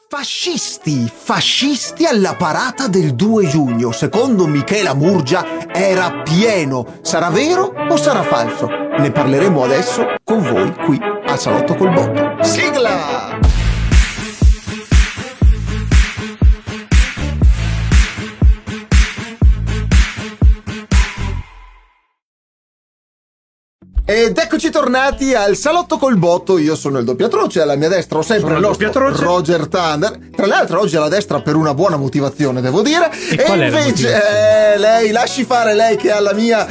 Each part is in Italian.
Fascisti alla parata del 2 giugno. Secondo Michela Murgia era pieno. Sarà vero o sarà falso? Ne parleremo adesso con voi qui al Salotto col Botto. Sigla! Ed eccoci tornati al Salotto col Botto. Io sono il doppiatroce, alla mia destra ho sempre il nostro Roger Thunder. Tra l'altro oggi alla destra per una buona motivazione, devo dire. E invece lei, lasci fare, lei che è alla mia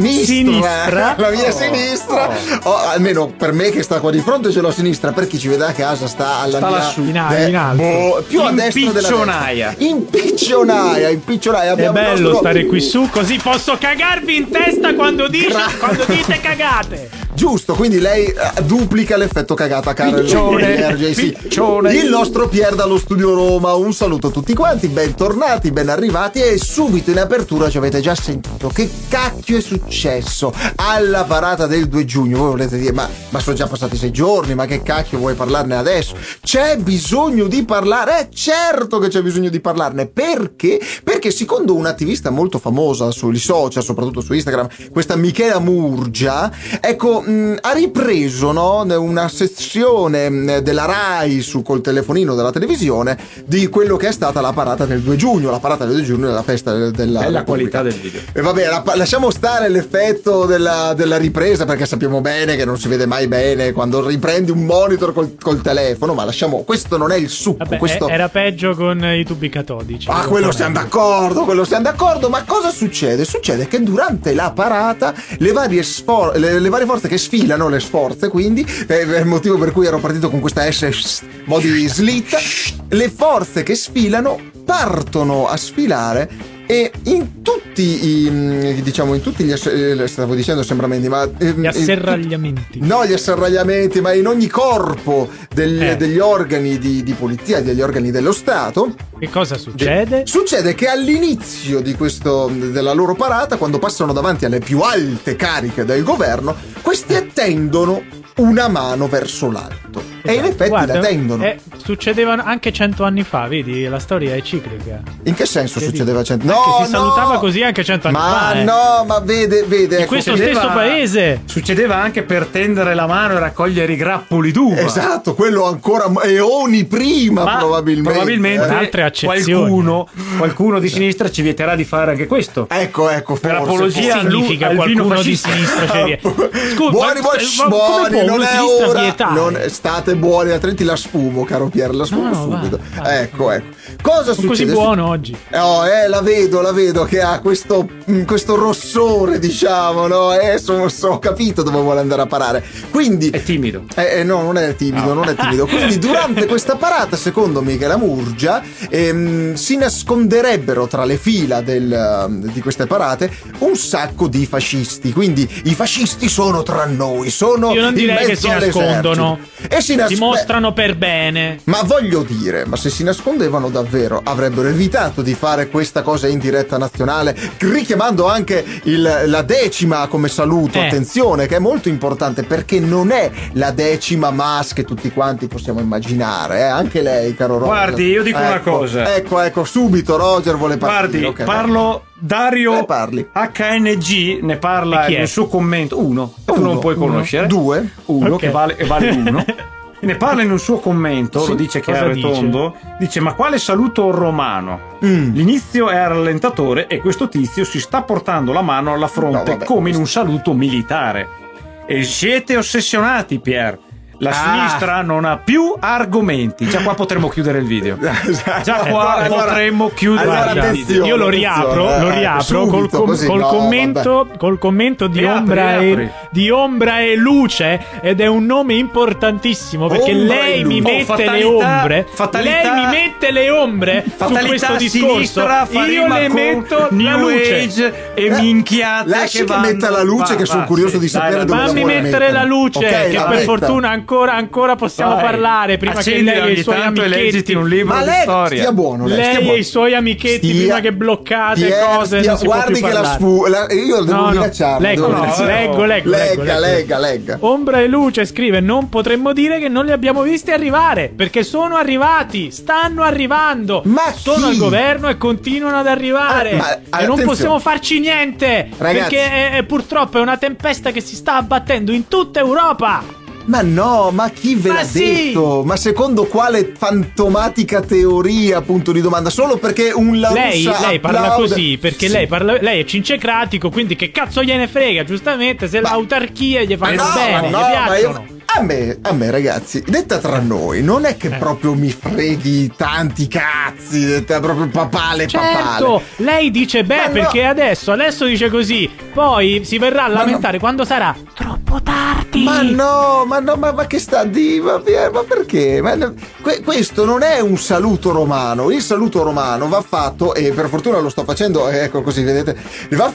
sinistra. La mia sinistra. Almeno per me che sta qua di fronte ce l'ho a sinistra. Per chi ci vede a casa sta alla mia lassù, in alto. Più a destra della in piccionaia. È bello stare qui su, così posso cagarvi in testa quando dite cagate. Giusto, quindi lei duplica l'effetto cagata, caro Piccione. Il nostro Pier dallo studio Roma. Un saluto a tutti quanti, bentornati, ben arrivati. E subito in apertura ci avete già sentito che cacchio è successo alla parata del 2 giugno. Voi volete dire ma sono già passati 6 giorni, ma che cacchio vuoi parlarne adesso? C'è bisogno di parlare? Certo che c'è bisogno di parlarne. Perché secondo un'attivista molto famosa sui social, soprattutto su Instagram, questa Michela Murgia, ecco, ha ripreso, no, una sezione della Rai col telefonino della televisione di quello che è stata la parata del 2 giugno. La parata del 2 giugno è la festa della bella qualità del video. E vabbè, lasciamo stare l'effetto della ripresa, perché sappiamo bene che non si vede mai bene quando riprendi un monitor col telefono, ma lasciamo, questo non è il succo. Vabbè, questo era peggio con i tubi catodici. Quello siamo d'accordo, ma cosa succede? Succede che durante la parata le varie forze che sfilano, le sforze, quindi è il motivo per cui ero partito con questa S mo' di slitta, le forze che sfilano partono a sfilare. E in tutti gli stavo dicendo assembramenti, ma gli asserragliamenti. No, gli asserragliamenti, ma in ogni corpo degli organi di polizia, degli organi dello Stato. Che cosa succede? Succede che all'inizio della loro parata, quando passano davanti alle più alte cariche del governo, questi attendono una mano verso l'alto. E in effetti la tendono. Succedeva anche 100 anni fa, vedi, la storia è ciclica. In che senso succedeva 100? No, si salutava così anche 100 anni fa. Ma no, ma vede. In questo stesso paese. Succedeva anche per tendere la mano e raccogliere i grappoli d'uva. Esatto, quello ancora eoni prima, probabilmente. Altre accezioni. Qualcuno di sinistra ci vieterà di fare anche questo. Ecco, per apologia significa qualcuno di sinistra. Scusa, buoni, non è ora. State buoni, altrimenti la sfumo, caro Pier, la sfumo subito. Ecco. Cosa succede? Così buono oggi. La vedo che ha questo rossore, diciamo, no? Ho capito dove vuole andare a parare. Quindi è timido. No, non è timido. Quindi durante questa parata, secondo Michela Murgia, si nasconderebbero tra le fila di queste parate un sacco di fascisti. Quindi i fascisti sono tra noi, sono io non direi che si nascondono e si mostrano per bene. Ma voglio dire, ma se si nascondevano davvero avrebbero evitato di fare questa cosa in diretta nazionale, richiamando anche la decima come saluto. Attenzione, che è molto importante, perché non è la decima mas che tutti quanti possiamo immaginare, anche lei, caro Roger. Guardi, io dico una cosa. Ecco, subito Roger vuole parlare. Guardi, parlo. Dario HNG ne parla nel suo commento. Uno tu non puoi conoscere. Due. Uno che vale uno. Ne parla in un suo commento, lo dice chiaro e tondo. Dice: ma quale saluto romano? L'inizio è a rallentatore e questo tizio si sta portando la mano alla fronte come in un saluto militare. E siete ossessionati, Pier. La sinistra non ha più argomenti. Già qua potremmo chiudere il video. Potremmo chiudere il video. Io lo riapro col commento di Ombra e Luce, ed è un nome importantamente perché lei mi mette le ombre. Lei mi mette le ombre su questo discorso. Io le metto la luce e minchiate. Lascia che metta la luce, che sono curioso di sapere dove fammi mettere la luce, che per fortuna ancora possiamo parlare prima che lei e i suoi amichetti un libro ma di lei storia. Stia buono, lei e i suoi amichetti prima che bloccate cose non si guardi può più che io devo minacciarla. Legga. Ombra e Luce scrive: non potremmo dire che non li abbiamo visti arrivare, perché sono arrivati, stanno arrivando, ma sono al governo e continuano ad arrivare e non possiamo farci niente, ragazzi, perché purtroppo è una tempesta che si sta abbattendo in tutta Europa. Ma no, ma chi ve l'ha detto? Ma secondo quale fantomatica teoria, punto di domanda? Solo perché un La Russa lei parla così, perché lei è cincecratico, quindi che cazzo gliene frega, giustamente, se l'autarchia gli fanno bene, gli piacciono. A me, ragazzi, detta tra noi, non è che proprio mi freghi tanti cazzi, detta proprio papale. Lei dice perché adesso dice così, poi si verrà a lamentare quando sarà troppo tardi. Ma che sta a dire? Ma perché? Questo non è un saluto romano. Il saluto romano va fatto, e per fortuna lo sto facendo, ecco così, vedete, va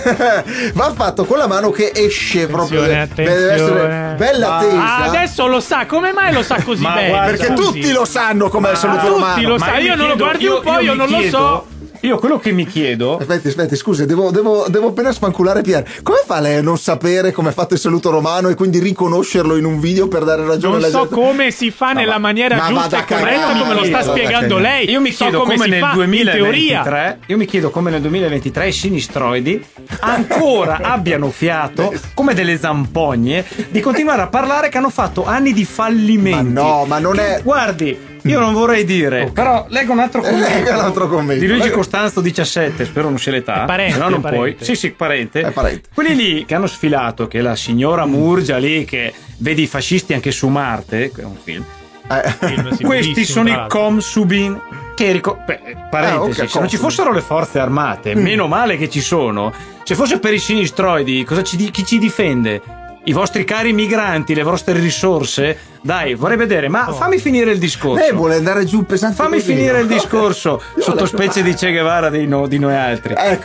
fatto con la mano che esce proprio. Deve essere bella tesa. Adesso lo sa, come mai lo sa così bene? Perché tutti lo sanno com'è il saluto romano. Tutti lo sanno, io non lo guardi un po', io non lo so. Io quello che mi chiedo. Aspetti, scusa, devo appena spanculare Pier. Come fa lei a non sapere come è fatto il saluto romano e quindi riconoscerlo in un video per dare ragione alla gente? Non so come si fa nella maniera giusta e corretta, come lo sta spiegando lei. Io mi chiedo come nel 2023. Io mi chiedo come nel 2023 i sinistroidi ancora abbiano fiato come delle zampogne di continuare a parlare che hanno fatto anni di fallimenti. Ma non è. Guardi. Io non vorrei dire, però leggo un altro commento. Di Luigi Costanzo 17, spero non sia l'età. È parente, no, non parente. puoi. Sì, parente. È parente. Quelli lì che hanno sfilato, che la signora Murgia lì, che vede i fascisti anche su Marte, che è un film. Questi sono i Comsubin. Parentesi, se non ci fossero le forze armate, meno male che ci sono. Se fosse per i sinistroidi, chi ci difende? I vostri cari migranti, le vostre risorse? Dai, vorrei vedere, ma fammi finire il discorso. Lei vuole andare giù pesante. Fammi finire il discorso, sottospecie di Che Guevara di noi altri. Ecco.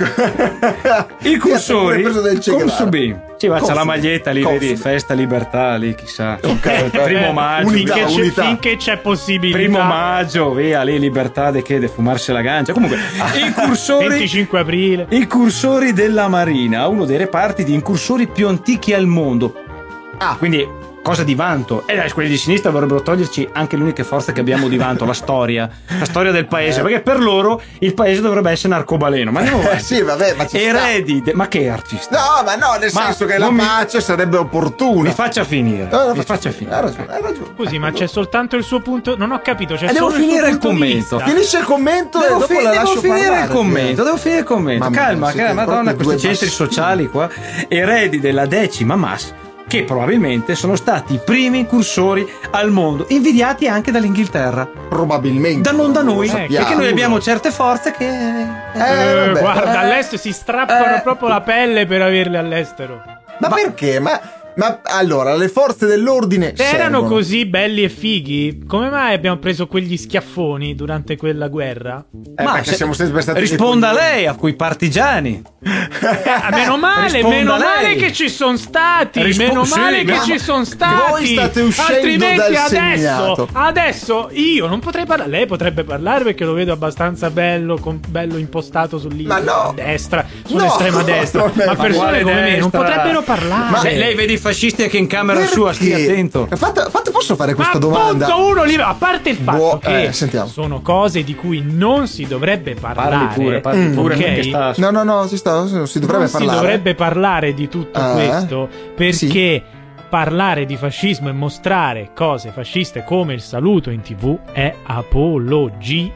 I cursori Consubì. Ci faccia la maglietta lì, vedi, festa libertà lì, chissà. Primo maggio, finché c'è possibilità. Primo maggio, via lì, libertà de fumarsi la gancia. Comunque, i cursori 25 aprile. I cursori della Marina, uno dei reparti di incursori più antichi al mondo. Quindi cosa di vanto. Quelli di sinistra vorrebbero toglierci anche le uniche forze che abbiamo di vanto, la storia del paese, perché per loro il paese dovrebbe essere un arcobaleno. Ma andiamo avanti. Sì, vabbè, ma eredi ma che artista? No, ma no, nel senso che la pace sarebbe opportuna. Mi faccia finire. Hai ragione. Scusi, ma c'è soltanto il suo punto? Non ho capito, devo finire il commento. Finisce il commento e dopo la lascio parlare. Devo finire il commento. Calma, Madonna, questi centri sociali qua. Eredi della 10ª MAS, che probabilmente sono stati i primi incursori al mondo, invidiati anche dall'Inghilterra. Probabilmente. Non da noi, perché noi abbiamo certe forze che. Guarda, all'estero si strappano proprio la pelle per averle all'estero. Ma perché? Ma allora, le forze dell'ordine erano così belli e fighi? Come mai abbiamo preso quegli schiaffoni durante quella guerra? Ma perché siamo sempre stati. Risponda lei a quei partigiani. Meno male che ci sono stati. Ci sono stati. Voi state uscendo altrimenti adesso io non potrei parlare. Lei potrebbe parlare perché lo vedo abbastanza bello impostato sull'estrema destra. Sull'estrema destra. Ma persone come me non potrebbero parlare. Ma lei vede i fascisti anche in camera sua, stia attento. Posso fare questa domanda? Uno lì, a parte il fatto che sono cose di cui non si dovrebbe parlare. Parli pure okay? No, si dovrebbe parlare. Si dovrebbe parlare di tutto questo perché parlare di fascismo e mostrare cose fasciste come il saluto in TV è apologia.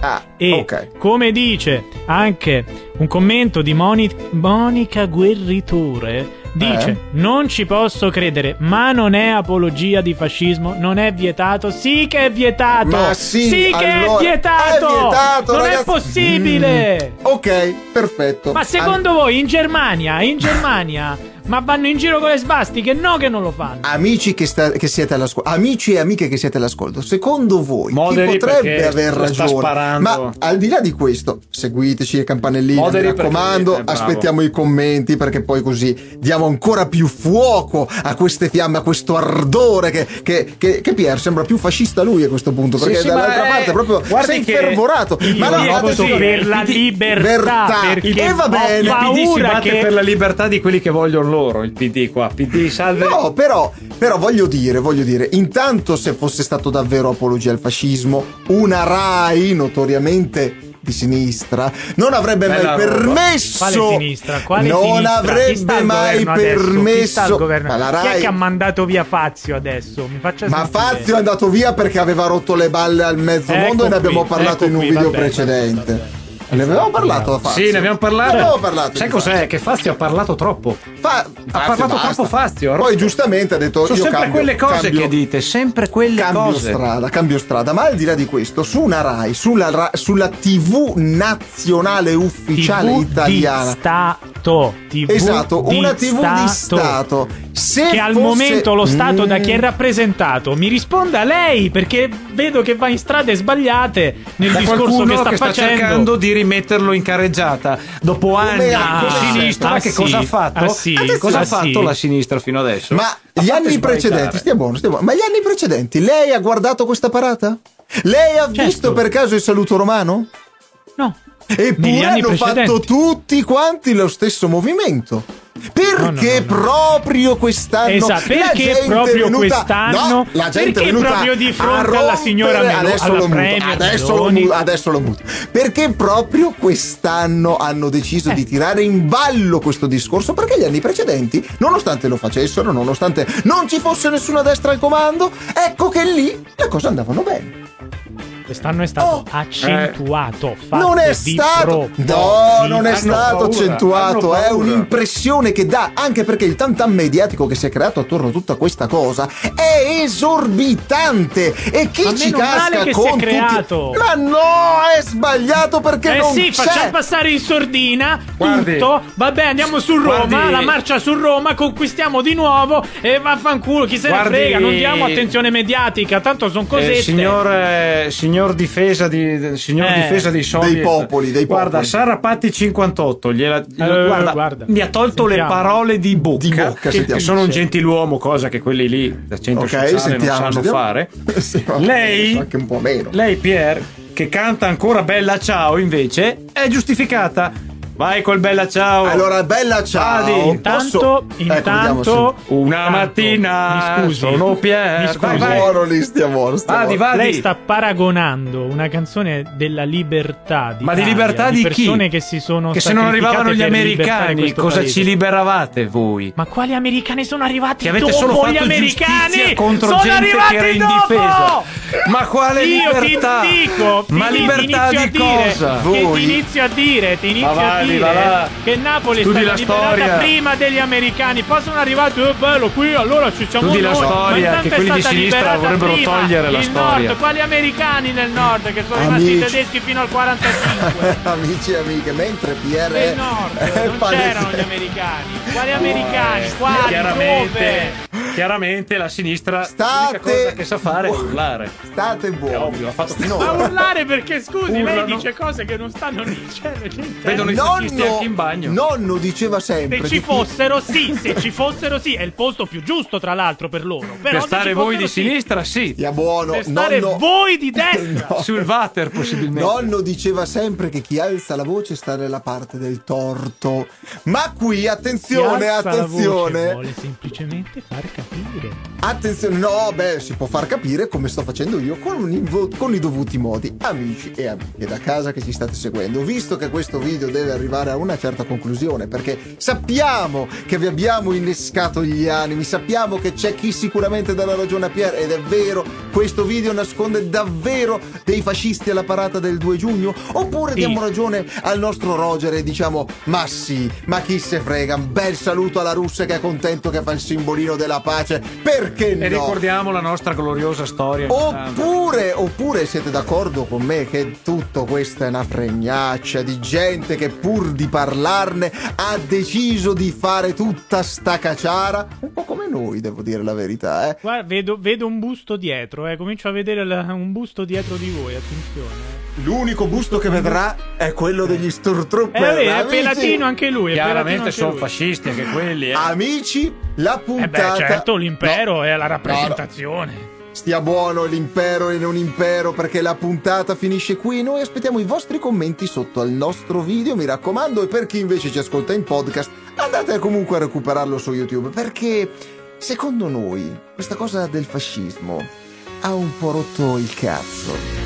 Come dice anche un commento di Monica Guerritore, dice: non ci posso credere, ma non è apologia di fascismo, non è vietato. Sì che è vietato. Ma è vietato. Non ragazzi. È possibile. Ok, perfetto. Ma secondo voi in Germania ma vanno in giro con le svastiche, no che non lo fanno. Amici che siete all'ascolto, amici e amiche che siete all'ascolto, secondo voi Moderi, chi potrebbe aver ragione? Ma al di là di questo, seguiteci le campanelline, Moderi, mi raccomando, aspettiamo i commenti, perché poi così diamo ancora più fuoco a queste fiamme, a questo ardore che Pier sembra più fascista lui a questo punto, perché sì, dall'altra parte proprio sei infervorato. Ma no, per la libertà, perché va bene, il PD si batte che... per la libertà di quelli che vogliono loro, il PD qua, PD salve. No, però voglio dire, intanto se fosse stato davvero apologia al fascismo, una Rai notoriamente di sinistra non avrebbe mai permesso. Quale sinistra? Quale non sinistra? Avrebbe mai permesso. Ma la Rai... Chi è che ha mandato via Fazio adesso? Mi faccia ma sentire. Fazio è andato via perché aveva rotto le balle al mezzo mondo, e ne abbiamo parlato in un video precedente. Ne avevamo parlato, Fazio? Sì, ne abbiamo parlato. Sai cos'è? Fazio. Che Fazio ha parlato troppo. Ha parlato troppo Fazio. Poi giustamente ha detto: sono io sempre cambio, quelle cose che dite, sempre quelle cose. Cambio strada. Ma al di là di questo, su una Rai, sulla TV nazionale ufficiale TV italiana, di Stato. Esatto, una TV di Stato. Che al momento lo Stato da chi è rappresentato? Mi risponda lei, perché vedo che va in strade sbagliate nel discorso che sta cercando di rimetterlo in carreggiata dopo anni di sinistra. Che cosa ha fatto? Cosa ha fatto la sinistra fino adesso? Ma gli anni precedenti, stia buono. Ma gli anni precedenti, lei ha guardato questa parata? Lei ha visto per caso il saluto romano? No. Eppure hanno fatto tutti quanti lo stesso movimento. Perché proprio quest'anno? Esatto, perché proprio quest'anno? La gente perché è venuta proprio di fronte alla signora Meloni? Adesso lo muto. Perché proprio quest'anno hanno deciso di tirare in ballo questo discorso? Perché gli anni precedenti, nonostante lo facessero, nonostante non ci fosse nessuna destra al comando, ecco che lì le cose andavano bene. Quest'anno è stato accentuato. Non è stato non è stato accentuato. È un'impressione che dà, anche perché il tam tam mediatico che si è creato attorno a tutta questa cosa è esorbitante. E chi ci casca con tutti... Ma no, è sbagliato, perché non c'è. Facciamo passare in sordina tutto. Vabbè, andiamo su Roma, la marcia su Roma, conquistiamo di nuovo e vaffanculo, chi se ne frega, non diamo attenzione mediatica, tanto sono cosette. Signor difesa dei soviet, dei popoli. Guarda, Sara Patti 58 guarda, mi ha tolto le parole di bocca che sono un gentiluomo, cosa che quelli lì da centro sociale non sanno fare. Sì, lei anche un po' meno. Lei, Pier, che canta ancora Bella Ciao, invece è giustificata. Vai col Bella Ciao. Allora, Bella Ciao. Intanto una mattina sono Pier. Vai. Stiamo. Vadi. Lei sta paragonando una canzone della libertà Ma di libertà di persone chi? che si sono che se non arrivavano gli americani, cosa paese. Ci liberavate voi? Ma quali americani sono arrivati? Che avete dopo solo fatto gli americani contro sono gente che era in difesa. Ma quale libertà? Io ti dico, ma libertà di cosa? Che ti inizio a dire che Napoli è stata liberata prima degli americani, poi sono arrivati bello qui, allora ci siamo noi. La storia che quelli di sinistra vorrebbero togliere la storia. Nord, quali americani nel nord che sono rimasti tedeschi fino al 45? Amici e amiche, mentre Pier nel nord non c'erano gli americani. Quali americani? Quali? Chiaramente la sinistra l'unica cosa che sa fare è urlare. State buoni. Ovvio, ha fatto ma urlare perché scusi, lei dice cose che non stanno lì. Vedono i fascisti anche in bagno. Nonno diceva sempre se ci fossero sì, è il posto più giusto tra l'altro per loro. Però per stare voi di sinistra sì. Sia buono. Per stare voi di destra. Sul water possibilmente. Nonno diceva sempre che chi alza la voce sta nella parte del torto. Ma qui attenzione. Vuole semplicemente far capire. Attenzione, si può far capire come sto facendo io con i dovuti modi. Amici e amiche da casa che ci state seguendo, visto che questo video deve arrivare a una certa conclusione, perché sappiamo che vi abbiamo innescato gli animi, sappiamo che c'è chi sicuramente dà la ragione a Pier, ed è vero, questo video nasconde davvero dei fascisti alla parata del 2 giugno, oppure diamo ragione al nostro Roger e diciamo ma chi se frega, un bel saluto alla Russia che è contento che fa il simbolino della pace, perché perché no? E ricordiamo la nostra gloriosa storia. Oppure siete d'accordo con me che tutto questo è una fregnaccia di gente che pur di parlarne ha deciso di fare tutta sta caciara? Un po' come noi, devo dire la verità, Guarda, vedo un busto dietro, comincio a vedere un busto dietro di voi, attenzione. L'unico busto che vedrà è quello degli Stormtrooper. È pelatino anche lui. Chiaramente sono fascisti anche quelli. Amici, la puntata. Certo, l'impero è la rappresentazione. Stia buono l'impero e non impero, perché la puntata finisce qui. Noi aspettiamo i vostri commenti sotto al nostro video, mi raccomando. E per chi invece ci ascolta in podcast, andate comunque a recuperarlo su YouTube, perché secondo noi questa cosa del fascismo ha un po' rotto il cazzo.